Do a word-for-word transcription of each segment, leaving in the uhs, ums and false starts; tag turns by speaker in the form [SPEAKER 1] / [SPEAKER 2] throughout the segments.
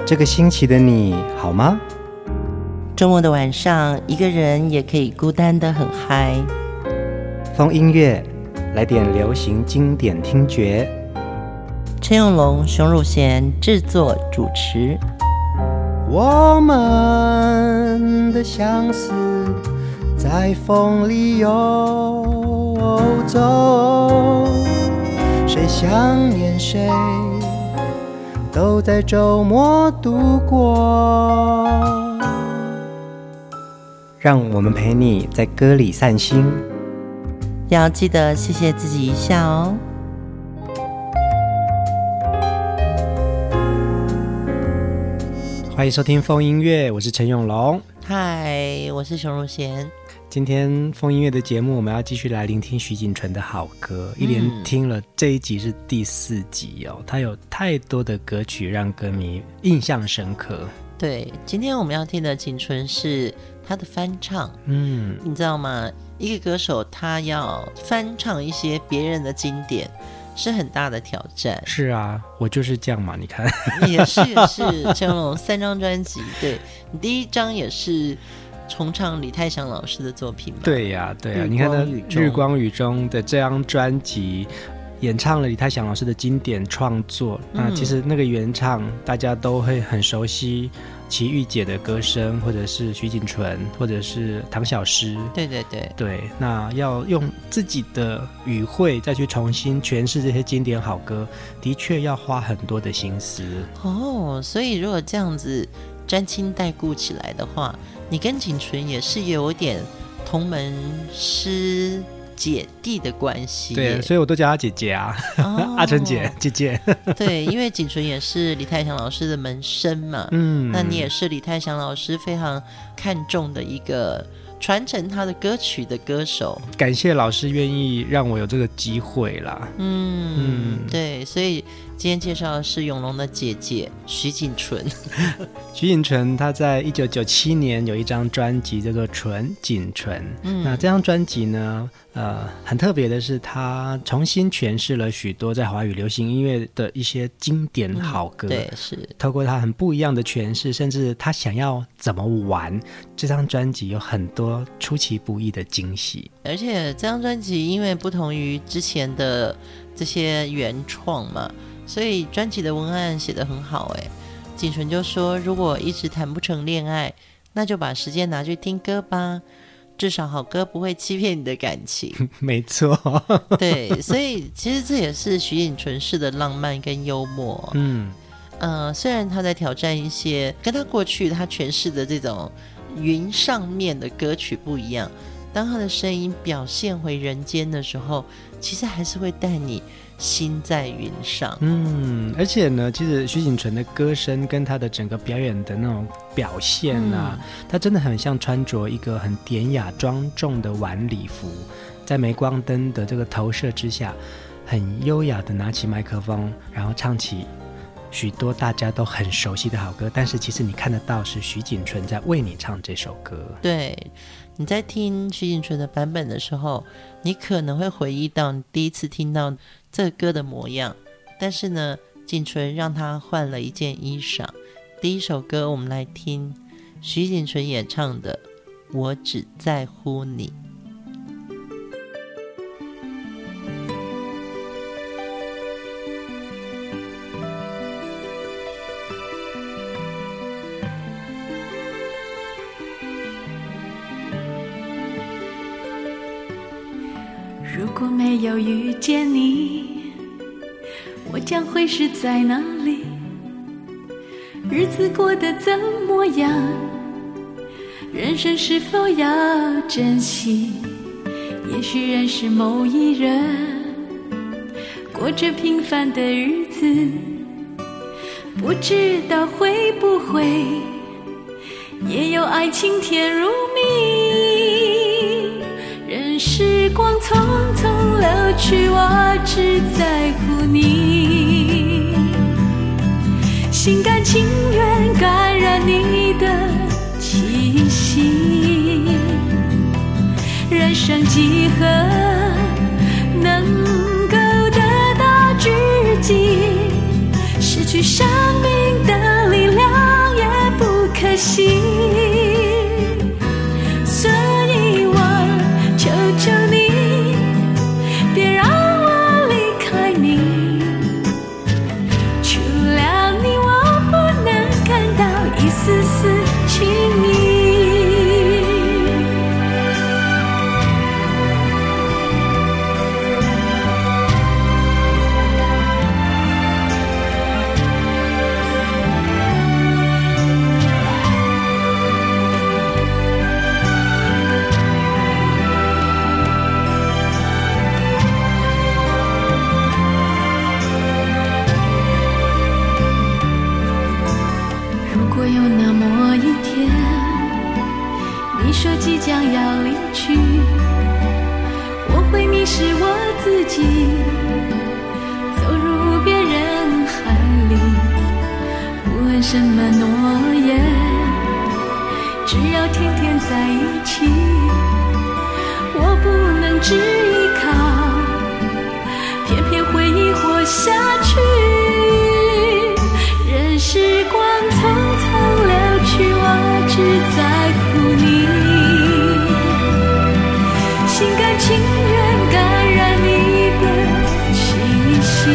[SPEAKER 1] 这个星期的你好吗？
[SPEAKER 2] 周末的晚上，一个人也可以孤单得很嗨。
[SPEAKER 1] 风音乐，来点流行经典听觉。
[SPEAKER 2] 陈永龙、熊汝贤制作主持。
[SPEAKER 1] 我们的相思在风里游走，谁想念谁都在周末度过，让我们陪你在歌里散心，
[SPEAKER 2] 要记得谢谢自己一下哦。
[SPEAKER 1] 欢迎收听风音乐，我是陈永龙。
[SPEAKER 2] 嗨，我是熊汝贤。
[SPEAKER 1] 今天风音乐的节目，我们要继续来聆听徐锦纯的好歌，一连听了这一集是第四集哦，他有太多的歌曲让歌迷印象深刻。
[SPEAKER 2] 对，今天我们要听的锦纯是他的翻唱。嗯，你知道吗？一个歌手他要翻唱一些别人的经典，是很大的挑战。
[SPEAKER 1] 是啊，我就是这样嘛，你看。
[SPEAKER 2] 也是也是，陈永龙三张专辑，对，你第一张也是重唱李泰祥老师的作品嘛？
[SPEAKER 1] 对呀、啊、对呀、啊，你看他《日光雨中》的这张专辑演唱了李泰祥老师的经典创作，那其实那个原唱大家都会很熟悉，齐豫姐的歌声，或者是徐锦纯，或者是唐小诗。
[SPEAKER 2] 对对对
[SPEAKER 1] 对，那要用自己的语汇再去重新诠释这些经典好歌，的确要花很多的心思
[SPEAKER 2] 哦。所以如果这样子沾亲带故起来的话，你跟锦纯也是有点同门师姐弟的关系。
[SPEAKER 1] 对，所以我都叫她姐姐啊。哦、阿纯姐姐姐。
[SPEAKER 2] 对，因为锦纯也是李泰祥老师的门生嘛。嗯，那你也是李泰祥老师非常看重的一个传承他的歌曲的歌手。
[SPEAKER 1] 感谢老师愿意让我有这个机会啦。嗯
[SPEAKER 2] 嗯，对，所以今天介绍的是永龙的姐姐徐锦纯。
[SPEAKER 1] 徐锦纯她在一九九七年有一张专辑叫做《纯锦纯》。嗯，那这张专辑呢，呃，很特别的是，她重新诠释了许多在华语流行音乐的一些经典好歌。嗯、
[SPEAKER 2] 对，是
[SPEAKER 1] 透过她很不一样的诠释，甚至她想要怎么玩，这张专辑有很多出其不意的惊喜。
[SPEAKER 2] 而且这张专辑因为不同于之前的这些原创嘛，所以专辑的文案写得很好。哎，锦纯就说，如果一直谈不成恋爱，那就把时间拿去听歌吧，至少好歌不会欺骗你的感情。
[SPEAKER 1] 没错。
[SPEAKER 2] 对，所以其实这也是徐锦纯式的浪漫跟幽默。嗯呃，虽然他在挑战一些跟他过去他诠释的这种云上面的歌曲不一样，当他的声音表现回人间的时候，其实还是会带你心在云上。嗯，
[SPEAKER 1] 而且呢，其实徐锦纯的歌声跟他的整个表演的那种表现啊，嗯、他真的很像穿着一个很典雅庄重的晚礼服，在镁光灯的这个投射之下，很优雅的拿起麦克风，然后唱起许多大家都很熟悉的好歌，但是其实你看得到是徐锦纯在为你唱这首歌。
[SPEAKER 2] 对，你在听徐锦纯的版本的时候，你可能会回忆到你第一次听到这个歌的模样，但是呢，锦纯让他换了一件衣裳。第一首歌我们来听徐锦纯演唱的《我只在乎你》。
[SPEAKER 3] 如果没有遇见你，我将会是在哪里？日子过得怎么样？人生是否要珍惜？也许认识某一人，过着平凡的日子，不知道会不会也有爱情甜如蜜。任时光匆匆流去，我只在乎你，心甘情愿感染你的气息。人生几何能够得到知己，失去生命的力量， 惜，所以我求求你，别让我离开你。除了你，我不能感到一丝丝情意。即将要离去，我会迷失我自己，走入别人海里。不论什么诺言，只要天天在一起，我不能只依靠，偏偏回忆活下去。任时光匆匆流去，我只在乎你。心甘情愿感染你的气息，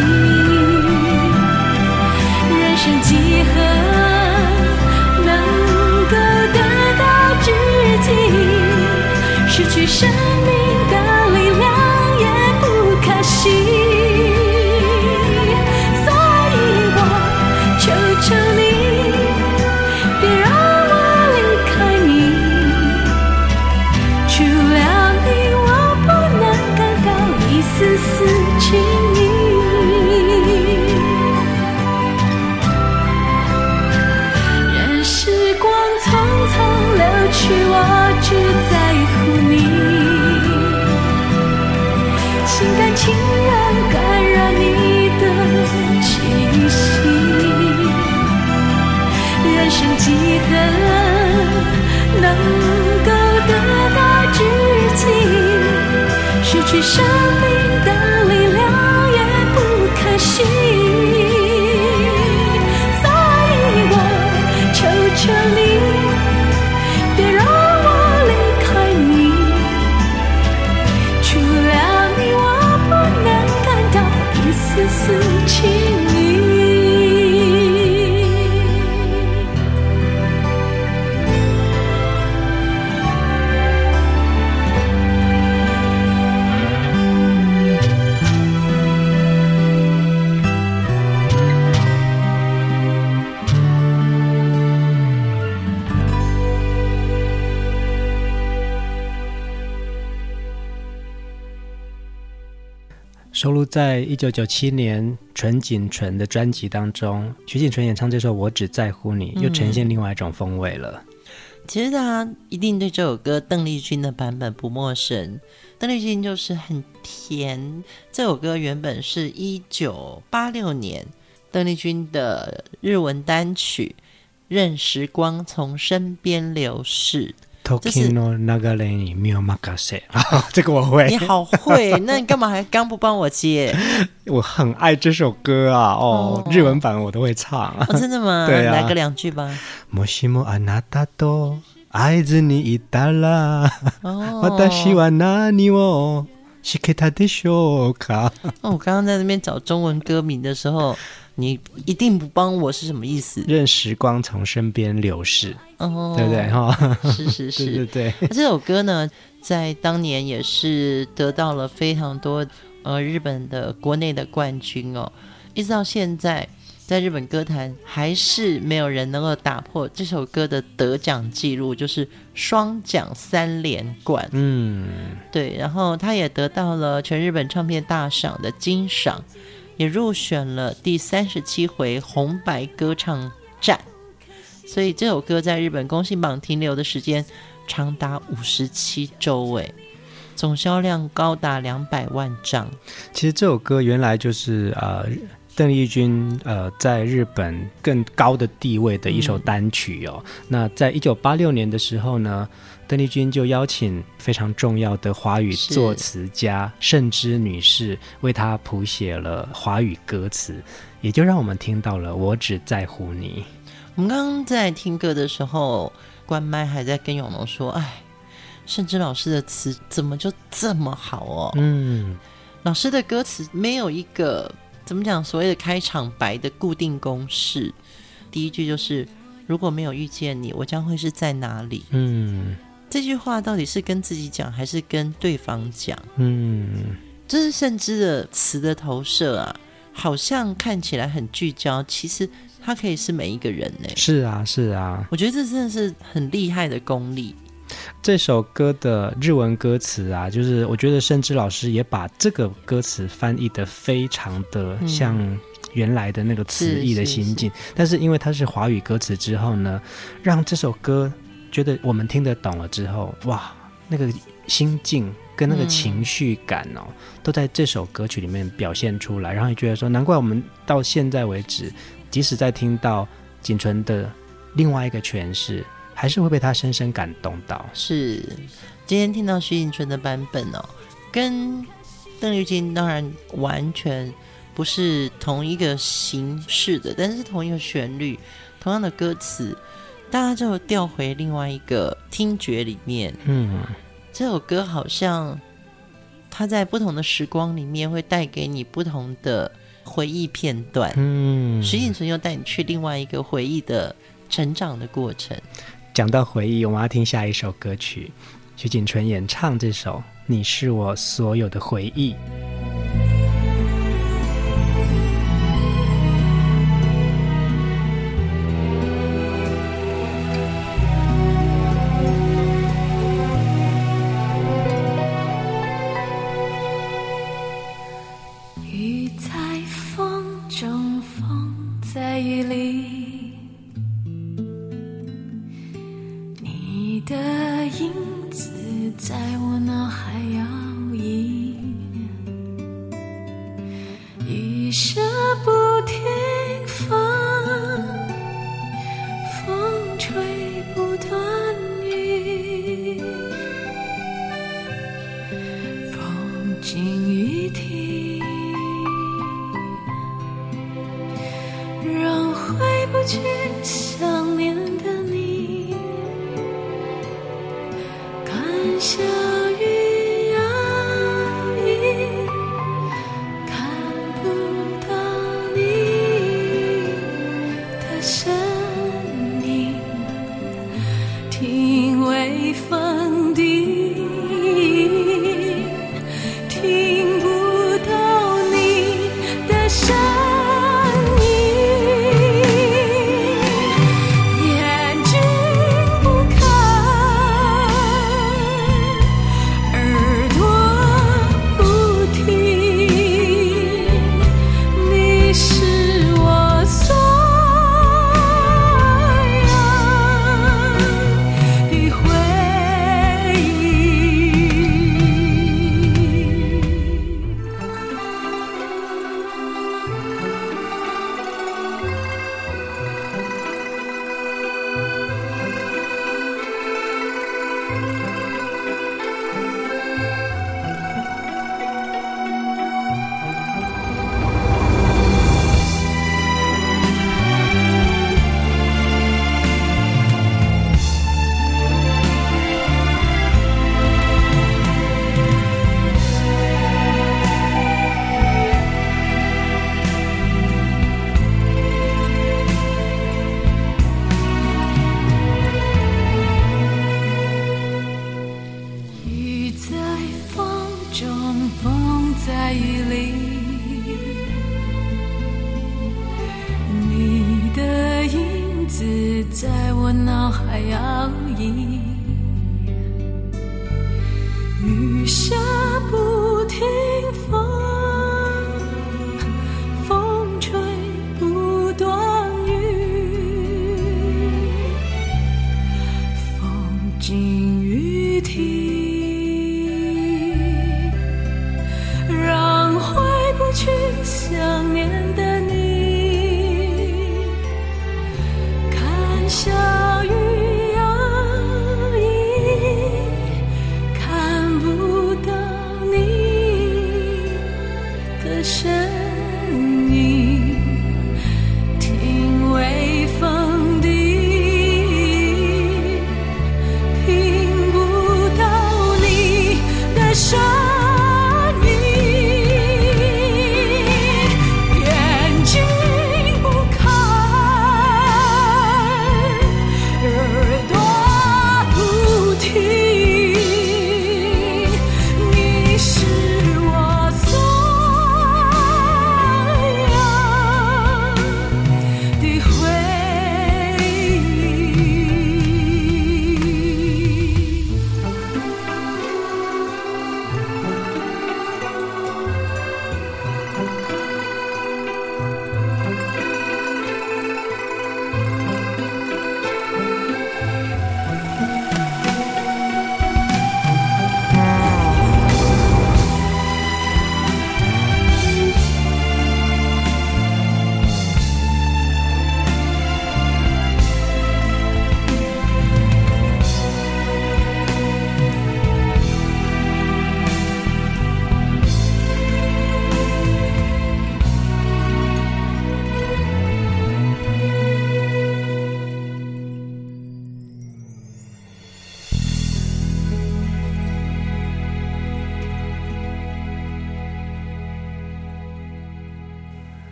[SPEAKER 3] 人生几何能够得到知己，失去生命的力量也不可惜。所以我求求你，别让我离开你。除了你，一丝丝情意，任时光匆匆流去，我只在乎你。心甘情愿感染你的气息，人生几何能够得到知己，失去生命的力量也不可惜。所以我求求你，别让我离开你。除了你，我不能感到一丝丝情意。
[SPEAKER 1] 收录在一九九七年纯锦纯的专辑当中，徐锦纯演唱这首《我只在乎你》，又呈现另外一种风味了。
[SPEAKER 2] 其实大家一定对这首歌邓丽君的版本不陌生，邓丽君就是很甜。这首歌原本是一九八六年邓丽君的日文单曲《任时光从身边流逝》。
[SPEAKER 1] Tokino Nagareni Mio Makase 这个我会。
[SPEAKER 2] 你好会，那你干嘛还刚不帮我接？
[SPEAKER 1] 我很爱这首歌啊，哦，哦日文版我都会唱。
[SPEAKER 2] 哦、真的吗？对啊，来个两句吧。
[SPEAKER 1] もしもあなたと会津にいたら、私は何をしてたでしょうか。
[SPEAKER 2] 哦，我刚刚在那边找中文歌名的时候，你一定不帮我是什么意思？
[SPEAKER 1] 任时光从身边流逝，哦，对不对？哈，
[SPEAKER 2] 是是是，
[SPEAKER 1] 对对对。
[SPEAKER 2] 这首歌呢，在当年也是得到了非常多呃日本的国内的冠军哦，一直到现在，在日本歌坛还是没有人能够打破这首歌的得奖记录，就是双奖三连冠。嗯，对，然后他也得到了全日本唱片大赏的金赏。也入选了第三十七回红白歌唱战，所以这首歌在日本公信榜停留的时间长达五十七周，哎，总销量高达两百万张。
[SPEAKER 1] 其实这首歌原来就是呃邓丽君呃在日本更高的地位的一首单曲哦。嗯、那在一九八六年的时候呢，邓丽君就邀请非常重要的华语作词家盛之女士为她谱写了华语歌词，也就让我们听到了《我只在乎你》。
[SPEAKER 2] 我们刚刚在听歌的时候，关麦还在跟永龙说，哎，盛之老师的词怎么就这么好哦？嗯，老师的歌词没有一个怎么讲所谓的开场白的固定公式，第一句就是如果没有遇见你，我将会是在哪里？嗯，这句话到底是跟自己讲还是跟对方讲？嗯，这是盛之的词的投射啊，好像看起来很聚焦，其实它可以是每一个人呢。
[SPEAKER 1] 是啊是啊，
[SPEAKER 2] 我觉得这真的是很厉害的功力。
[SPEAKER 1] 这首歌的日文歌词啊，就是我觉得盛之老师也把这个歌词翻译得非常的像原来的那个词义的心境、嗯、是是是，但是因为它是华语歌词之后呢，让这首歌觉得我们听得懂了之后，哇，那个心境跟那个情绪感哦、嗯，都在这首歌曲里面表现出来，然后你觉得说，难怪我们到现在为止，即使在听到锦纯的另外一个诠释，还是会被他深深感动到。
[SPEAKER 2] 是，今天听到徐锦纯的版本哦，跟邓丽君当然完全不是同一个形式的，但是同一个旋律，同样的歌词，大家就调回另外一个听觉里面。嗯，这首歌好像它在不同的时光里面会带给你不同的回忆片段。嗯，徐锦纯又带你去另外一个回忆的成长的过程。
[SPEAKER 1] 讲到回忆，我们要听下一首歌曲，徐锦纯演唱这首《你是我所有的回忆》。
[SPEAKER 3] 雨在风中，风在雨里，你的影子在我脑海摇曳，雨下不停放，风吹不断雨，风静雨停，让回不去想念的你，看小雨摇曳，看不到你的身影，听微风笛，听不到你的声音，眼睛不看，耳朵不听，你是我所有的回忆。雨在风中，风在雨里，你的影子在我脑海摇曳，雨下不停风，风吹不断雨，风静雨停，让回不去想念的你，看小雨摇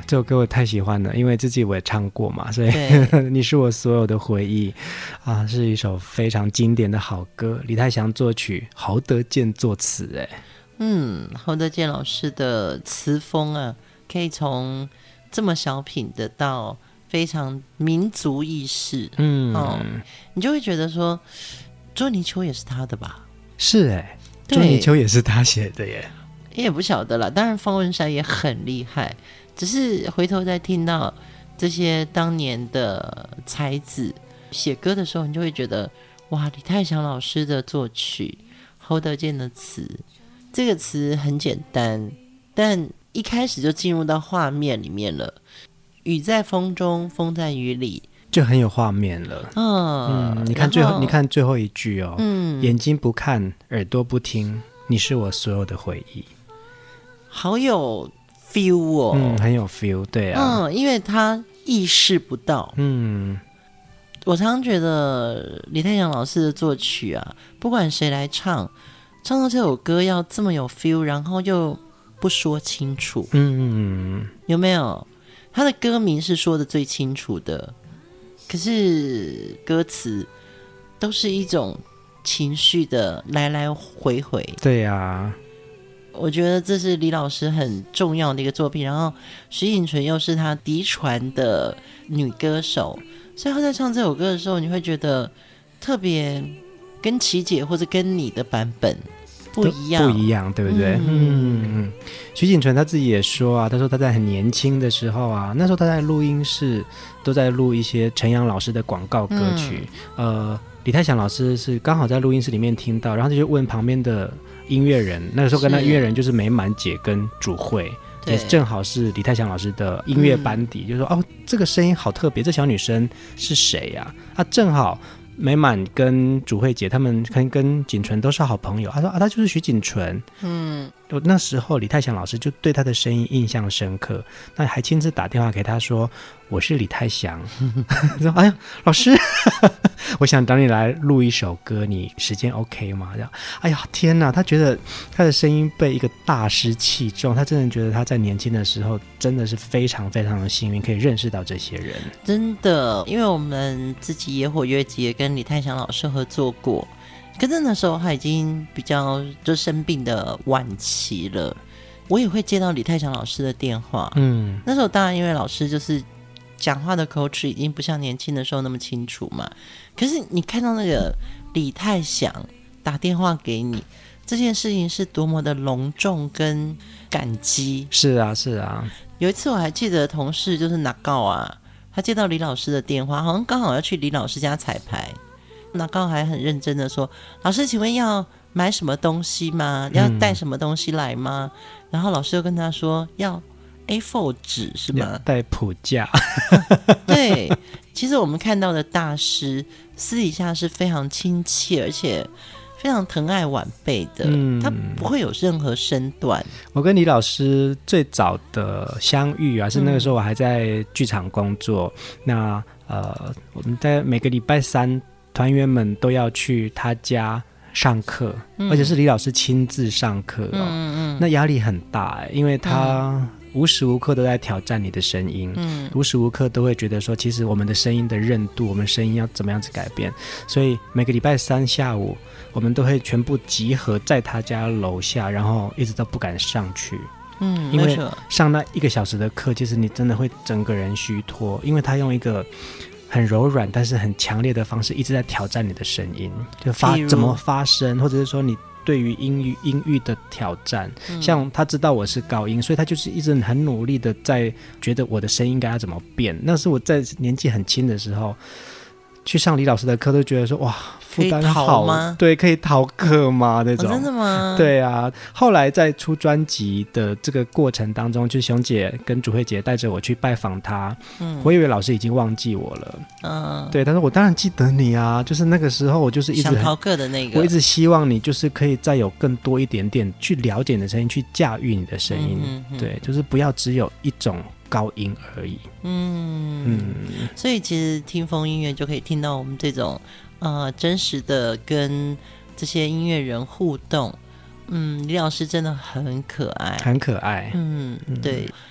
[SPEAKER 1] 这首歌我太喜欢了，因为自己我也唱过嘛，所以你是我所有的回忆啊，是一首非常经典的好歌。李泰祥作曲，侯德健作词。哎，
[SPEAKER 2] 嗯，侯德健老师的词风啊，可以从这么小品的到非常民族意识，嗯、哦，你就会觉得说，捉泥鳅也是他的吧？
[SPEAKER 1] 是哎，捉泥鳅也是他写的耶。
[SPEAKER 2] 也不晓得啦，当然方文山也很厉害，只是回头再听到这些当年的才子写歌的时候，你就会觉得哇，李泰祥老师的作曲，侯德健的词，这个词很简单，但一开始就进入到画面里面了，雨在风中，风在雨里，
[SPEAKER 1] 就很有画面了。嗯，嗯你看最后，你看最后一句哦，嗯，眼睛不看，耳朵不听，你是我所有的回忆。
[SPEAKER 2] 好有 feel 哦，
[SPEAKER 1] 嗯，很有 feel， 对啊，
[SPEAKER 2] 嗯，因为他意识不到，
[SPEAKER 1] 嗯，
[SPEAKER 2] 我常常觉得李泰祥老师的作曲啊，不管谁来唱，唱到这首歌要这么有 feel， 然后又不说清楚，嗯，有没有？他的歌名是说的最清楚的，可是歌词都是一种情绪的来来回回，
[SPEAKER 1] 对呀、啊。
[SPEAKER 2] 我觉得这是李老师很重要的一个作品，然后徐锦纯又是他嫡传的女歌手，所以他在唱这首歌的时候，你会觉得特别跟琪姐或者跟你的版本不一样，
[SPEAKER 1] 不一样，对不对？嗯嗯。徐锦纯他自己也说啊，他说他在很年轻的时候啊，那时候他在录音室都在录一些陈阳老师的广告歌曲，嗯、呃，李泰祥老师是刚好在录音室里面听到，然后就去问旁边的音乐人，那个时候跟那音乐人就是美满姐跟主慧，也正好是李泰祥老师的音乐班底，嗯、就说哦，这个声音好特别，这小女生是谁呀、啊？啊，正好美满跟主慧姐他们跟跟锦纯都是好朋友，他说啊，他就是徐锦纯。嗯，那时候李泰祥老师就对他的声音印象深刻，那还亲自打电话给他说，我是李泰祥。说哎呀，老师，我想找你来录一首歌，你时间 OK 吗？这样，哎呀，天哪！他觉得他的声音被一个大师器重，他真的觉得他在年轻的时候真的是非常非常的幸运，可以认识到这些人。
[SPEAKER 2] 真的，因为我们自己野火乐节跟李泰祥老师合作过，可是那时候他已经比较就生病的晚期了，我也会接到李泰祥老师的电话。嗯，那时候当然因为老师就是讲话的口齿已经不像年轻的时候那么清楚嘛，可是你看到那个李泰祥打电话给你，这件事情是多么的隆重跟感激。
[SPEAKER 1] 是啊是啊，
[SPEAKER 2] 有一次我还记得同事就是哪告啊，他接到李老师的电话，好像刚好要去李老师家彩排，哪告还很认真的说，老师请问要买什么东西吗？要带什么东西来吗？嗯、然后老师又跟他说要A 四 纸是吗？
[SPEAKER 1] 带谱架。
[SPEAKER 2] 对，其实我们看到的大师私底下是非常亲切，而且非常疼爱晚辈的，嗯、他不会有任何身段。
[SPEAKER 1] 我跟李老师最早的相遇啊，是那个时候我还在剧场工作，嗯、那呃，我们在每个礼拜三，团员们都要去他家上课，嗯、而且是李老师亲自上课哦，嗯嗯那压力很大，因为他、嗯无时无刻都在挑战你的声音，嗯，无时无刻都会觉得说，其实我们的声音的韧度，我们声音要怎么样子改变，所以每个礼拜三下午，我们都会全部集合在他家楼下，然后一直都不敢上去，嗯，因为上那一个小时的课，其实你真的会整个人虚脱，因为他用一个很柔软但是很强烈的方式，一直在挑战你的声音，就发怎么发声，或者是说你对于音域音域的挑战，嗯、像他知道我是高音，所以他就是一直很努力的在觉得我的声音应该要怎么变。那是我在年纪很轻的时候去上李老师的课，都觉得说哇，负担好吗？对，可以逃课吗？那种、
[SPEAKER 2] 哦、真的吗？
[SPEAKER 1] 对啊。后来在出专辑的这个过程当中，就熊姐跟主慧姐带着我去拜访他，嗯，我以为老师已经忘记我了，嗯，对，但是我当然记得你啊，就是那个时候我就是一直
[SPEAKER 2] 想逃课的那个，
[SPEAKER 1] 我一直希望你就是可以再有更多一点点去了解你的声音，去驾驭你的声音，嗯嗯嗯对，就是不要只有一种高音而已。嗯
[SPEAKER 2] 嗯，所以其实听风音乐就可以听到我们这种呃真实的跟这些音乐人互动。嗯，李老师真的很可爱，
[SPEAKER 1] 很可爱。
[SPEAKER 2] 嗯，对。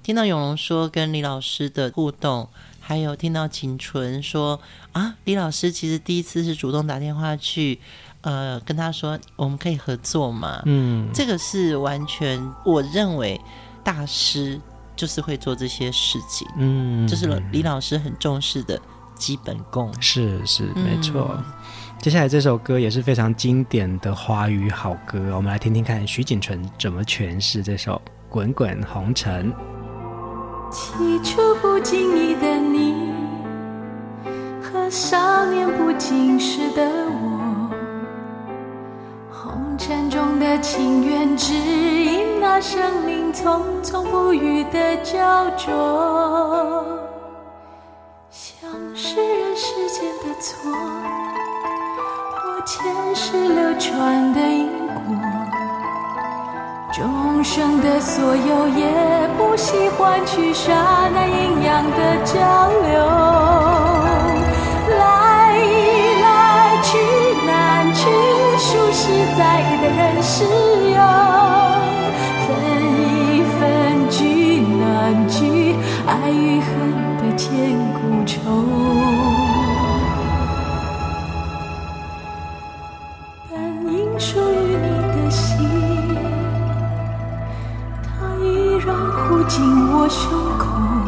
[SPEAKER 2] 听到永龙说跟李老师的互动，还有听到景纯说啊，李老师其实第一次是主动打电话去呃跟他说我们可以合作嘛，嗯，这个是完全我认为大师就是会做这些事情，嗯，这是李老师很重视的基本功，
[SPEAKER 1] 是是没错、嗯。接下来这首歌也是非常经典的华语好歌，我们来听听看徐锦纯怎么诠释这首《滚滚红尘》。
[SPEAKER 3] 起初不经意的你和少年不经事的我，红尘中的情缘只因那生命匆匆不语的焦灼，像是人世间的错，或前世流传的因果，众生的所有也不惜换取刹那阴阳的交流，来来去难去，数十载的人世游，分一分聚难聚，爱与恨的千古愁，本应属于你的心，护进我胸口，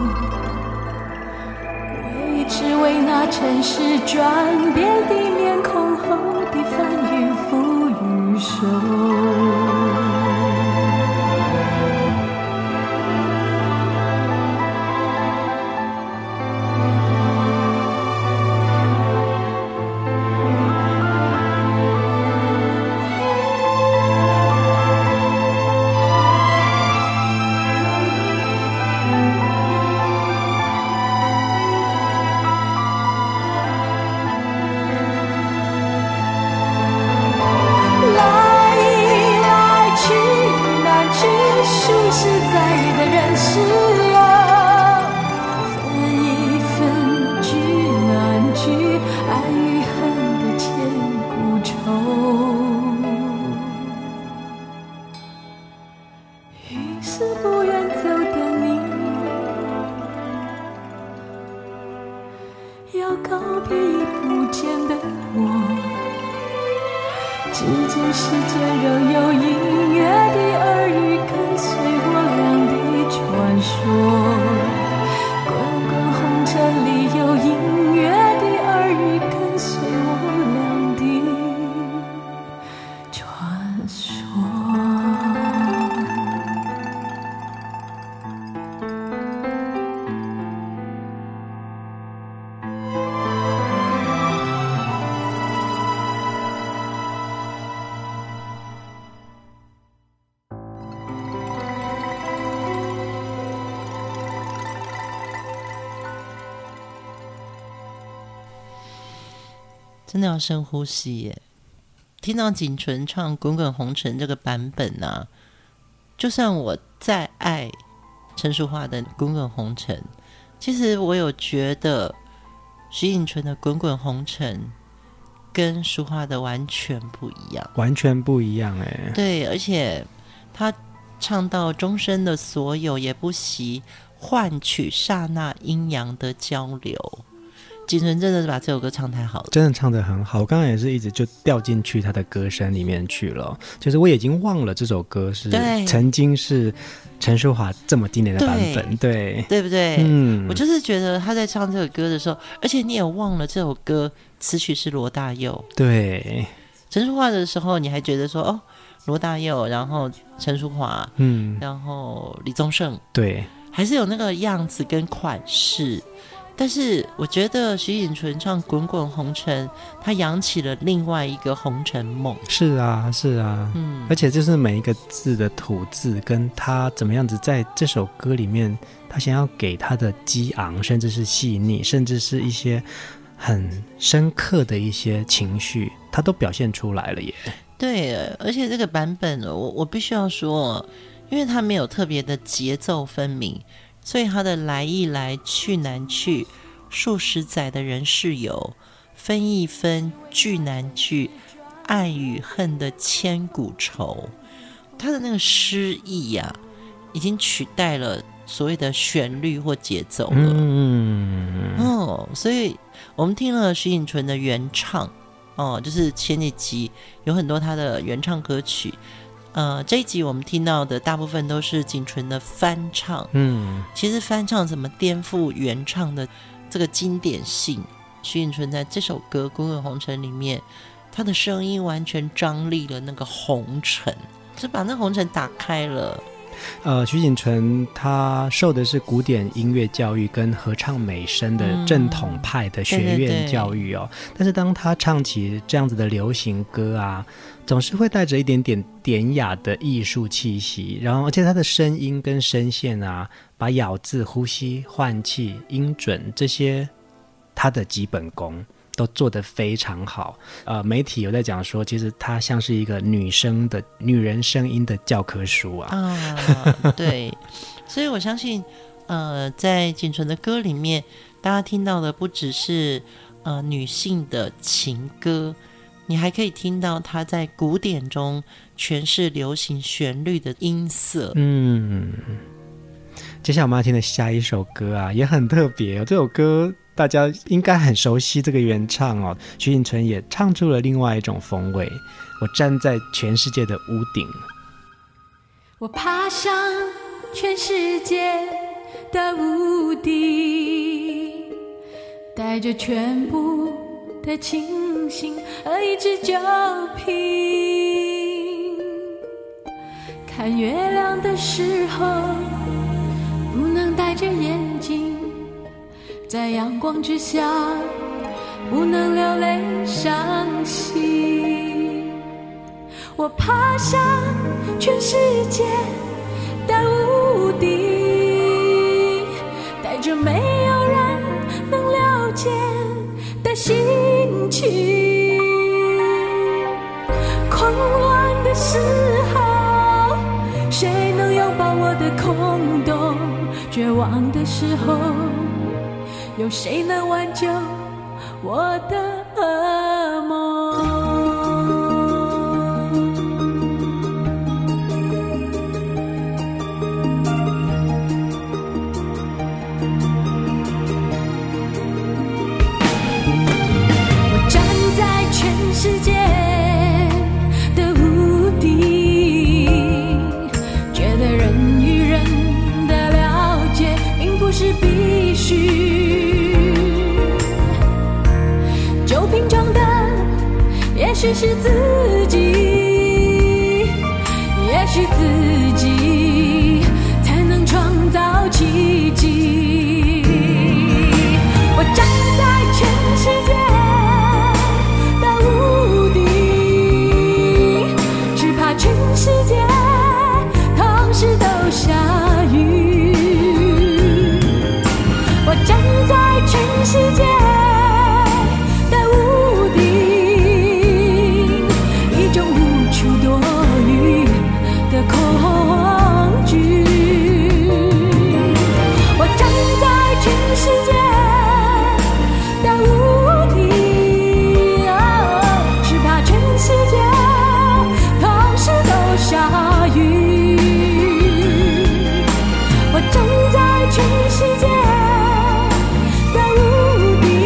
[SPEAKER 3] 为只为那尘世转变的面孔后的翻云覆雨手。
[SPEAKER 2] 真的要深呼吸耶！听到景纯唱《滚滚红尘》这个版本啊，就算我再爱陈淑桦的《滚滚红尘》，其实我有觉得徐锦纯的《滚滚红尘》跟淑桦的完全不一样，
[SPEAKER 1] 完全不一样哎。
[SPEAKER 2] 对，而且他唱到终身的所有，也不惜换取刹那阴阳的交流。景纯真的是把这首歌唱太好了，
[SPEAKER 1] 真的唱得很好。我刚刚也是一直就掉进去他的歌声里面去了，就是我已经忘了这首歌是曾经是陈淑桦这么经典的版本，对
[SPEAKER 2] 对不对？嗯，我就是觉得他在唱这首歌的时候，而且你也忘了这首歌词曲是罗大佑，
[SPEAKER 1] 对，
[SPEAKER 2] 陈淑桦的时候你还觉得说哦，罗大佑，然后陈淑桦，嗯，然后李宗盛，
[SPEAKER 1] 对，
[SPEAKER 2] 还是有那个样子跟款式。但是我觉得徐锦纯唱《滚滚红尘》，他扬起了另外一个红尘梦。
[SPEAKER 1] 是啊，是啊，嗯，而且就是每一个字的吐字，跟他怎么样子在这首歌里面，他想要给他的激昂，甚至是细腻，甚至是一些很深刻的一些情绪，他都表现出来了耶。
[SPEAKER 2] 对，而且这个版本，我我必须要说，因为他没有特别的节奏分明。所以他的来一来去难去，数十载的人世游，分一分聚难聚，爱与恨的千古愁，他的那个诗意啊，已经取代了所谓的旋律或节奏了。嗯，哦，所以我们听了徐锦纯的原唱，哦，就是前几集有很多他的原唱歌曲，呃，这一集我们听到的大部分都是锦纯的翻唱。嗯，其实翻唱怎么颠覆原唱的这个经典性？徐锦纯在这首歌《滚滚红尘》里面，他的声音完全张力了那个红尘，就把那红尘打开了。
[SPEAKER 1] 呃，徐锦纯他受的是古典音乐教育跟合唱美声的正统派的学院教育哦，嗯、对对对，但是当他唱起这样子的流行歌啊，总是会带着一点点典雅的艺术气息，然后而且他的声音跟声线啊，把咬字、呼吸、换气、音准这些他的基本功都做得非常好。呃，媒体有在讲说，其实它像是一个女生的女人声音的教科书啊。
[SPEAKER 2] 啊，对，所以我相信，呃，在锦纯的歌里面，大家听到的不只是呃女性的情歌，你还可以听到她在古典中诠释流行旋律的音色。
[SPEAKER 1] 嗯，接下来我们要听的下一首歌啊，也很特别哦。这首歌大家应该很熟悉这个原唱哦，徐锦纯也唱出了另外一种风味。我站在全世界的屋顶，
[SPEAKER 3] 我爬上全世界的屋顶，带着全部的清醒和一支酒瓶，看月亮的时候不能戴着眼镜，在阳光之下不能流泪伤心。我爬上全世界的屋顶，带着没有人能了解的心情，狂乱的时候谁能拥抱我的空洞，绝望的时候有谁能挽救我的噩梦？我站在全世界的屋顶，觉得人与人的了解并不是必须，酒瓶装的也许是自己，也许自己才能创造奇迹。我站在全世界的屋顶，只怕全世界同时都下雨。我站在全世界的屋顶，一种无处躲雨的恐惧。我站在全世界的屋顶，哦，只怕全世界同时都下雨。我站在全世界的屋顶，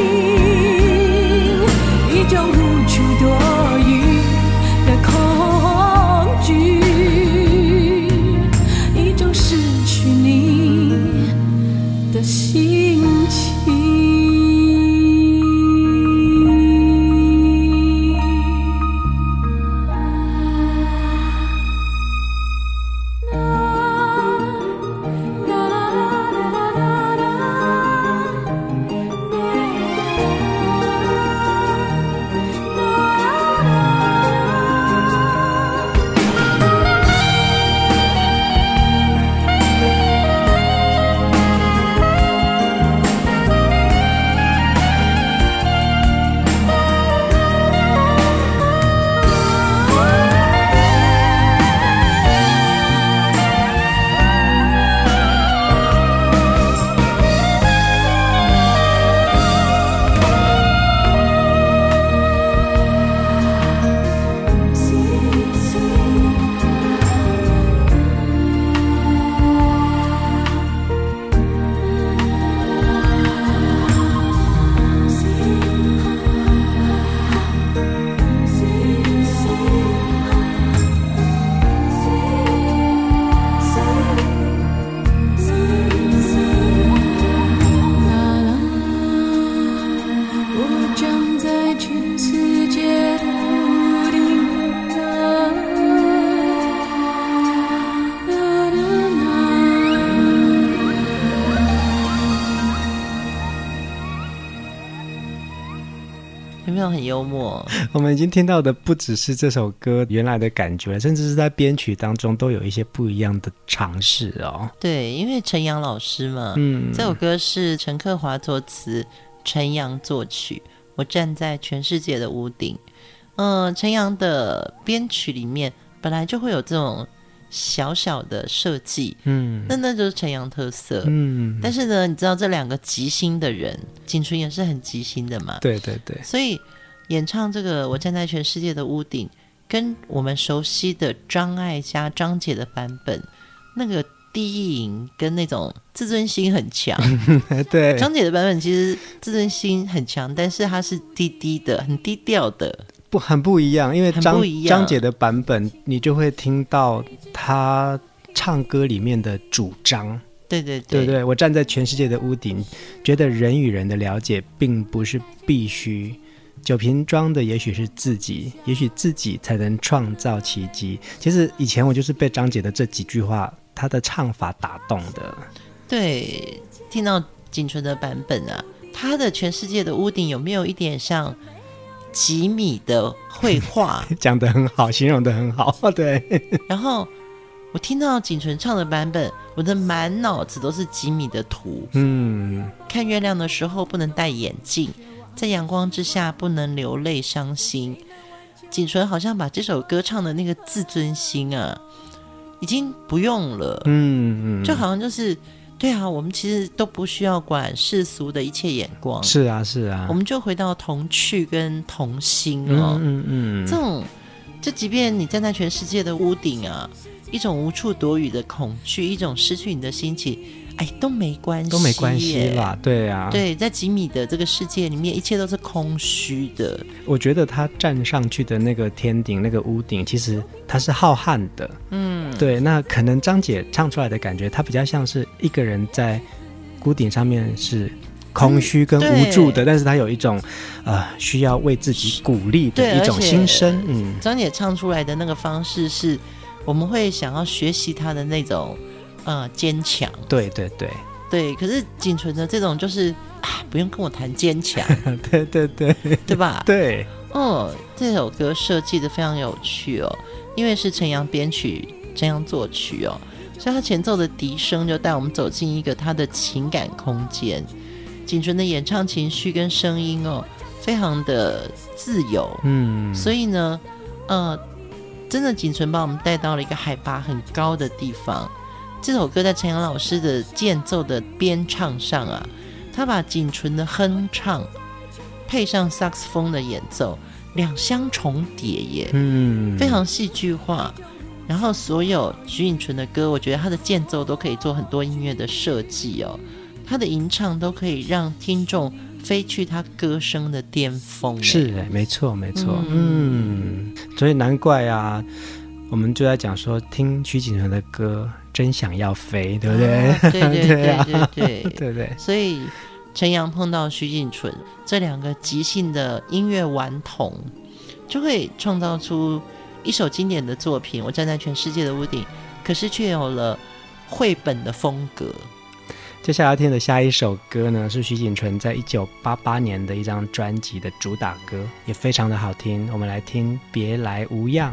[SPEAKER 2] 有没有很幽默？
[SPEAKER 1] 我们已经听到的不只是这首歌原来的感觉，甚至是在编曲当中都有一些不一样的尝试哦。
[SPEAKER 2] 对，因为陈阳老师嘛，嗯，这首歌是陈克华作词，陈阳作曲。我站在全世界的屋顶，嗯、呃，陈阳的编曲里面本来就会有这种小小的设计，嗯，那那就是陈阳特色，嗯。但是呢，你知道这两个即兴的人，景纯也是很即兴的嘛，
[SPEAKER 1] 对对对，
[SPEAKER 2] 所以演唱这个《我站在全世界的屋顶》，跟我们熟悉的张艾嘉、张姐的版本，那个低吟跟那种自尊心很强。
[SPEAKER 1] 对，
[SPEAKER 2] 张姐的版本其实自尊心很强，但是它是低低的，很低调的。
[SPEAKER 1] 不很不一样，因为张张姐的版本，你就会听到她唱歌里面的主张。
[SPEAKER 2] 对对 对,
[SPEAKER 1] 对对，我站在全世界的屋顶，觉得人与人的了解并不是必须，酒瓶装的也许是自己，也许自己才能创造奇迹。其实以前我就是被张姐的这几句话，她的唱法打动的。
[SPEAKER 2] 对，听到景纯的版本啊，她的全世界的屋顶有没有一点像吉米的绘画？
[SPEAKER 1] 讲得很好，形容得很好。对。
[SPEAKER 2] 然后我听到景纯唱的版本，我的满脑子都是吉米的图。嗯，看月亮的时候不能戴眼镜，在阳光之下不能流泪伤心。景纯好像把这首歌唱的那个自尊心啊，已经不用了。嗯嗯，就好像就是对啊，我们其实都不需要管世俗的一切眼光。
[SPEAKER 1] 是啊是啊，
[SPEAKER 2] 我们就回到童趣跟童心哦。嗯嗯嗯，这种就即便你站在全世界的屋顶啊，一种无处躲雨的恐惧，一种失去你的心情，哎，都没关系，
[SPEAKER 1] 都没关系啦。对啊，
[SPEAKER 2] 对，在吉米的这个世界里面，一切都是空虚的。
[SPEAKER 1] 我觉得他站上去的那个天顶，那个屋顶，其实它是浩瀚的。嗯，对。那可能张姐唱出来的感觉，她比较像是一个人在屋顶上面是空虚跟无助的，嗯、但是她有一种呃需要为自己鼓励的一种心声。嗯，
[SPEAKER 2] 张姐唱出来的那个方式是，我们会想要学习她的那种呃坚强。
[SPEAKER 1] 对对对
[SPEAKER 2] 对，可是景纯的这种就是啊，不用跟我谈坚强。
[SPEAKER 1] 对对对，
[SPEAKER 2] 对吧？
[SPEAKER 1] 对。
[SPEAKER 2] 哦，这首歌设计的非常有趣哦，因为是陈阳编曲，陈阳作曲哦，所以他前奏的笛声就带我们走进一个他的情感空间。景纯的演唱情绪跟声音哦，非常的自由。嗯，所以呢，呃，真的景纯把我们带到了一个海拔很高的地方。这首歌在陈阳老师的间奏的编唱上啊，他把景纯的哼唱配上萨克斯风的演奏，两相重叠耶，嗯，非常戏剧化。然后所有徐锦纯的歌，我觉得他的间奏都可以做很多音乐的设计哦，他的吟唱都可以让听众飞去他歌声的巅峰。
[SPEAKER 1] 是，没错没错，嗯，嗯，所以难怪啊，我们就在讲说听徐锦纯的歌真想要飞，对不对？
[SPEAKER 2] 啊、对对对对对
[SPEAKER 1] 对对对。
[SPEAKER 2] 所以陈阳碰到徐锦纯这两个即兴的音乐顽童，就会创造出一首经典的作品。我站在全世界的屋顶，可是却有了绘本的风格。
[SPEAKER 1] 接下来要听的下一首歌呢，是徐锦纯在一九八八年的一张专辑的主打歌，也非常的好听。我们来听《别来无恙》。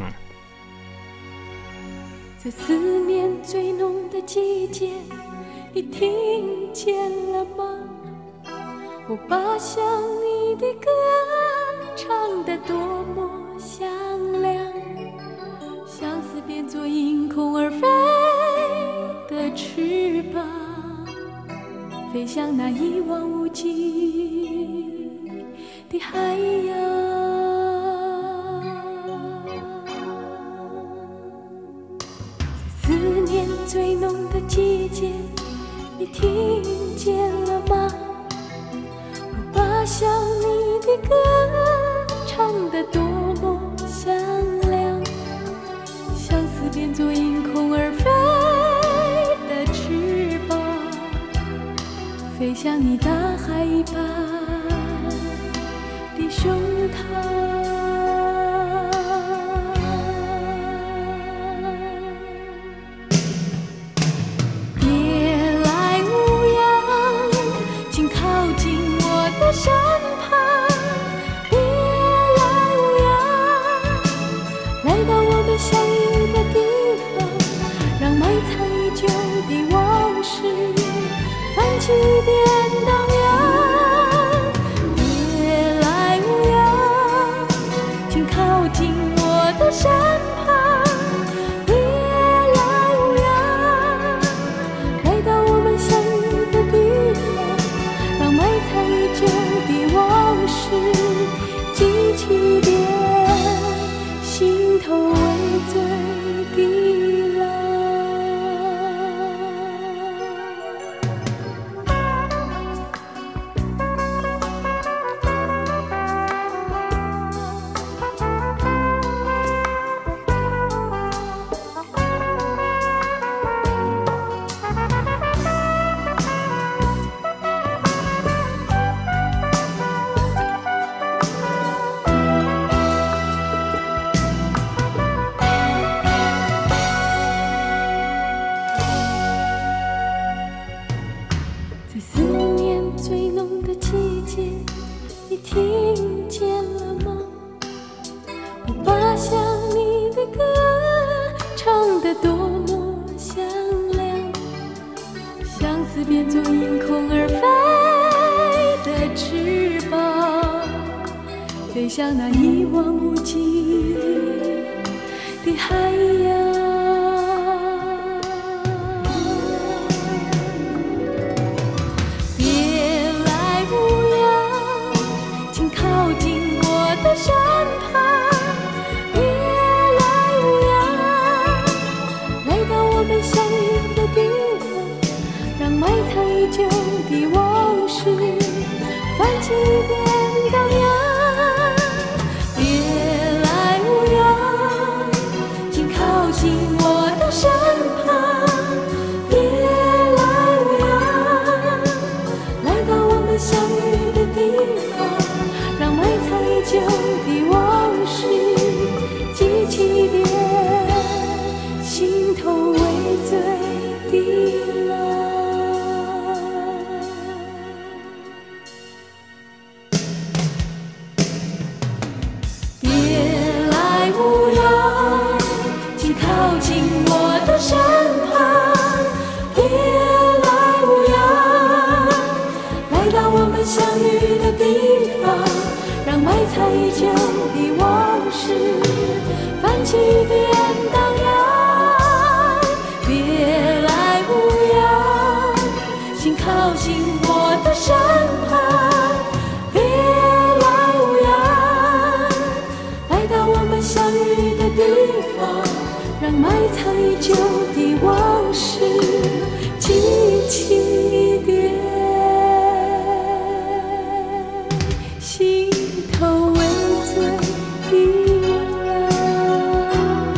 [SPEAKER 3] 在思念最浓的季节，你听见了吗？我把想你的歌唱得多么响亮，相思变作因空而飞的翅膀，飞向那一望无际的海洋。思念最浓的季节，你听见了吗？我把想你的歌唱得多么响亮，相思变作因空而飞的翅膀，飞向你大海一般的胸膛。身旁，别起颠荡漾，别来无恙，请靠近我的身旁，别来无恙，来到我们相遇的地方，让埋藏已久的往事记起点，心头微醉的浪。在思念最浓的季节，你听见了吗？我把想你的歌唱得多么响亮，相思变作因空而飞的翅膀，飞向那一望无际的海洋。身旁，别来无恙，来到我们相遇的地方，让埋藏已久的往事泛起颠荡漾。别来无恙，请靠近我的身旁，别来无恙，来到我们相遇的地方，让埋藏已久的往事记起点，心头微醉的浪。别来无恙，请靠近我的身旁，别来无恙，来到我们相遇的地方，让埋藏已久的往事泛起颠荡漾。别来无恙，请靠近我的身旁，别来无恙，来到我们相遇的地方，让埋藏已久的往事记起点，心头微醉的浪。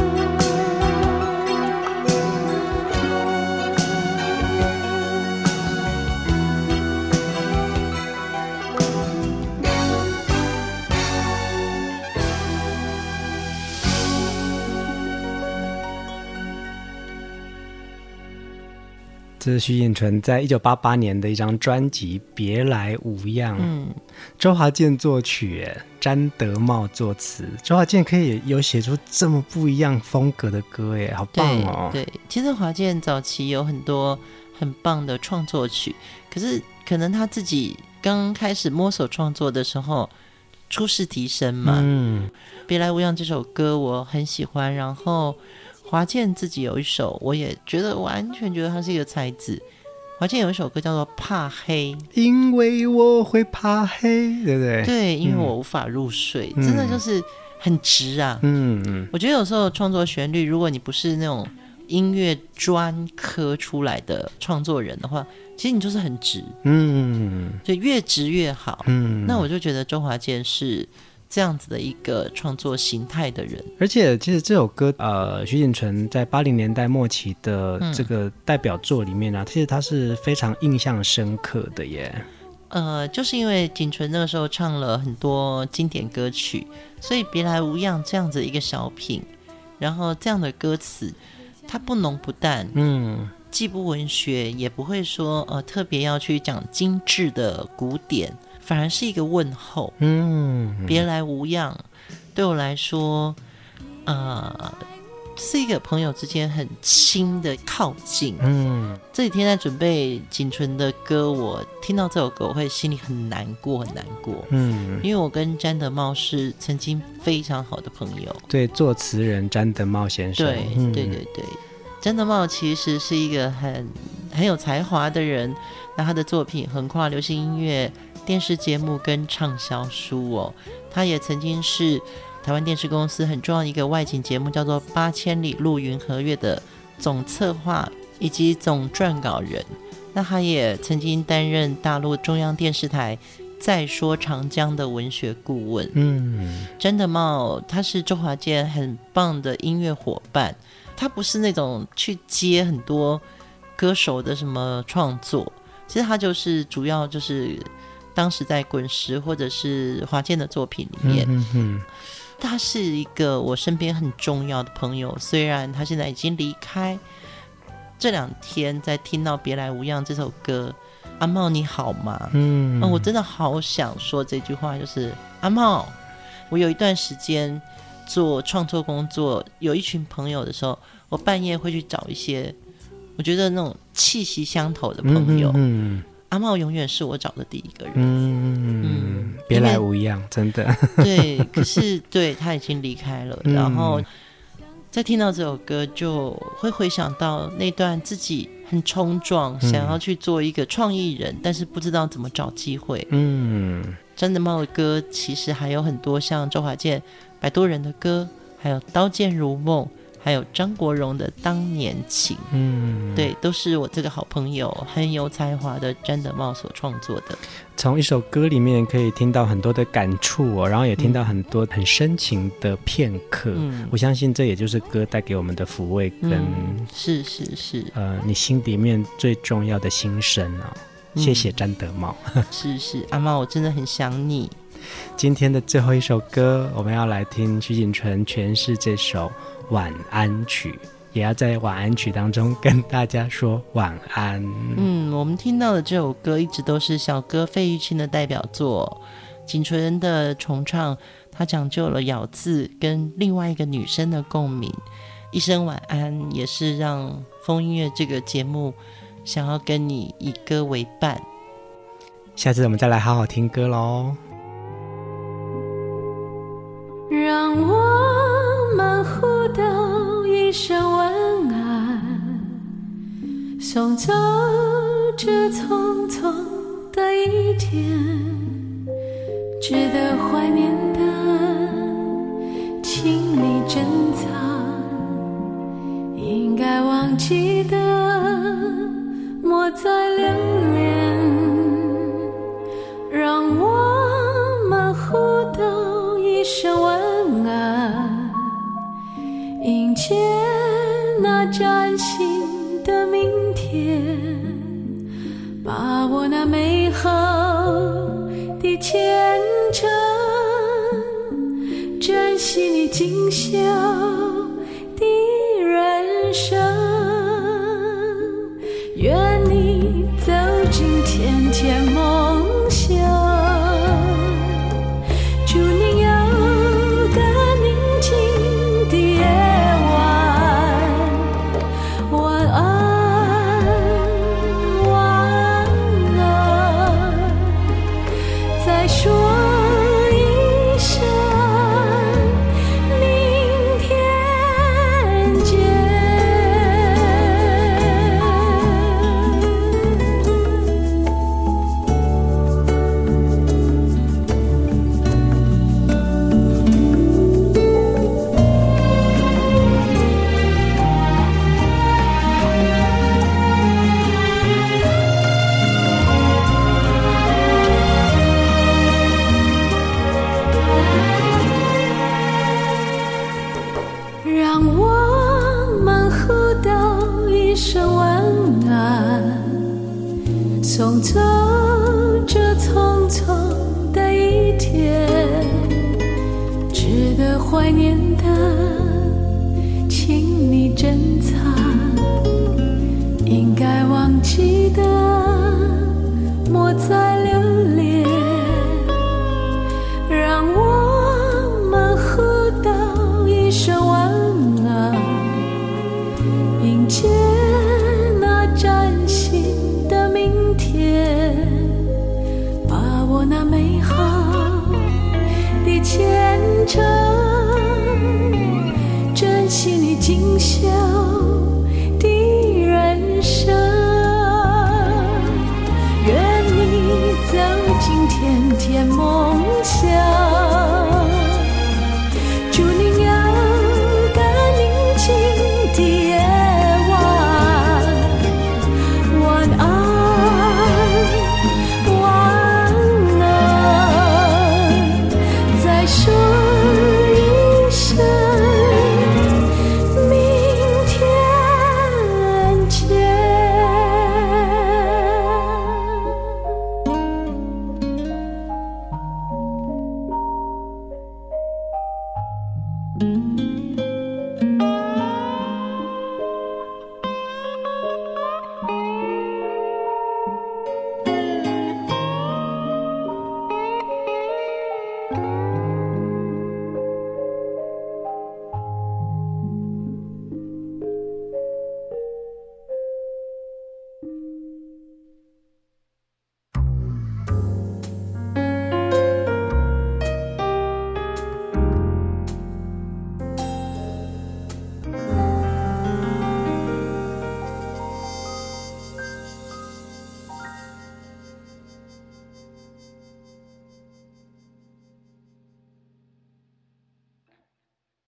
[SPEAKER 1] 这是徐锦纯在一九八八年的一张专辑《别来无恙》，嗯，周华健作曲，詹德茂作词。周华健可以有写出这么不一样风格的歌耶，好棒哦！
[SPEAKER 2] 对，对，其实华健早期有很多很棒的创作曲，可是可能他自己刚开始摸索创作的时候初试啼声嘛。嗯，别来无恙这首歌我很喜欢，然后华健自己有一首我也觉得完全觉得他是一个才子，华健有一首歌叫做怕黑，
[SPEAKER 1] 因为我会怕黑，对不对？
[SPEAKER 2] 对，因为我无法入睡、嗯、真的就是很直啊。嗯嗯，我觉得有时候创作旋律，如果你不是那种音乐专科出来的创作人的话，其实你就是很直，嗯，就越直越好。嗯，那我就觉得周华健是这样子的一个创作形态的人。
[SPEAKER 1] 而且其实这首歌呃，徐锦纯在八零年代末期的这个代表作里面啊、嗯、其实它是非常印象深刻的耶。
[SPEAKER 2] 呃，就是因为锦纯那个时候唱了很多经典歌曲，所以别来无恙这样子一个小品，然后这样的歌词它不浓不淡，嗯，既不文学也不会说呃特别要去讲精致的古典，反而是一个问候。嗯，别来无恙对我来说呃是一个朋友之间很亲的靠近。
[SPEAKER 1] 嗯，
[SPEAKER 2] 这几天在准备景纯的歌，我听到这首歌我会心里很难过很难过。嗯，因为我跟詹德茂是曾经非常好的朋友。
[SPEAKER 1] 对，作词人詹德茂先生。
[SPEAKER 2] 对、嗯、对对对，詹德茂其实是一个很很有才华的人，那他的作品横跨流行音乐、电视节目跟畅销书哦。他也曾经是台湾电视公司很重要的一个外景节目叫做《八千里路云和月》的总策划以及总撰稿人。那他也曾经担任大陆中央电视台再说长江的文学顾问。嗯，詹德茂他是周华健很棒的音乐伙伴，他不是那种去接很多歌手的什么创作，其实他就是主要就是当时在滚石或者是华健的作品里面。嗯嗯，他是一个我身边很重要的朋友，虽然他现在已经离开。这两天在听到《别来无恙》这首歌，阿茂你好吗？嗯、哦，我真的好想说这句话，就是阿茂，我有一段时间做创作工作，有一群朋友的时候，我半夜会去找一些我觉得那种气息相投的朋友。嗯嗯，阿茂永远是我找的第一个人。嗯
[SPEAKER 1] 嗯，别来无恙，真的。
[SPEAKER 2] 对，可是对他已经离开了，嗯、然后。在听到这首歌就会回想到那段自己很冲撞、嗯、想要去做一个创意人，但是不知道怎么找机会。嗯，詹德茂的歌其实还有很多，像周华健、摆渡人的歌，还有刀剑如梦，还有张国荣的当年情。嗯，对，都是我这个好朋友很有才华的詹德茂所创作的。
[SPEAKER 1] 从一首歌里面可以听到很多的感触哦，然后也听到很多很深情的片刻。嗯，我相信这也就是歌带给我们的抚慰跟、嗯、
[SPEAKER 2] 是是是
[SPEAKER 1] 呃你心里面最重要的心声哦。嗯、谢谢詹德茂。
[SPEAKER 2] 是是，阿茂我真的很想你。
[SPEAKER 1] 今天的最后一首歌，我们要来听徐锦纯诠释这首晚安曲，也要在晚安曲当中跟大家说晚安。
[SPEAKER 2] 嗯，我们听到的这首歌一直都是小哥费玉清的代表作，锦纯的重唱，他讲究了咬字跟另外一个女生的共鸣。一声晚安也是让风音乐这个节目想要跟你以歌为伴。
[SPEAKER 1] 下次我们再来好好听歌咯。
[SPEAKER 3] 让我们互道一声晚安，送走这匆匆的一天，值得怀念的请你珍藏，应该忘记的莫再留恋。让我们互道一声晚安，迎接那崭新的明天，把握那美好的前程，珍惜你今宵的人生。愿你走进甜甜梦乡，祝你有个宁静的夜晚。晚安晚安，再说一声明天见。让我们互道一声晚安，送走这匆匆的一天，值得怀念的请你珍藏，应该忘记的莫再留恋。让我们互道一声晚安， 过那美好的前程，珍惜你锦绣的人生。愿你走进天涯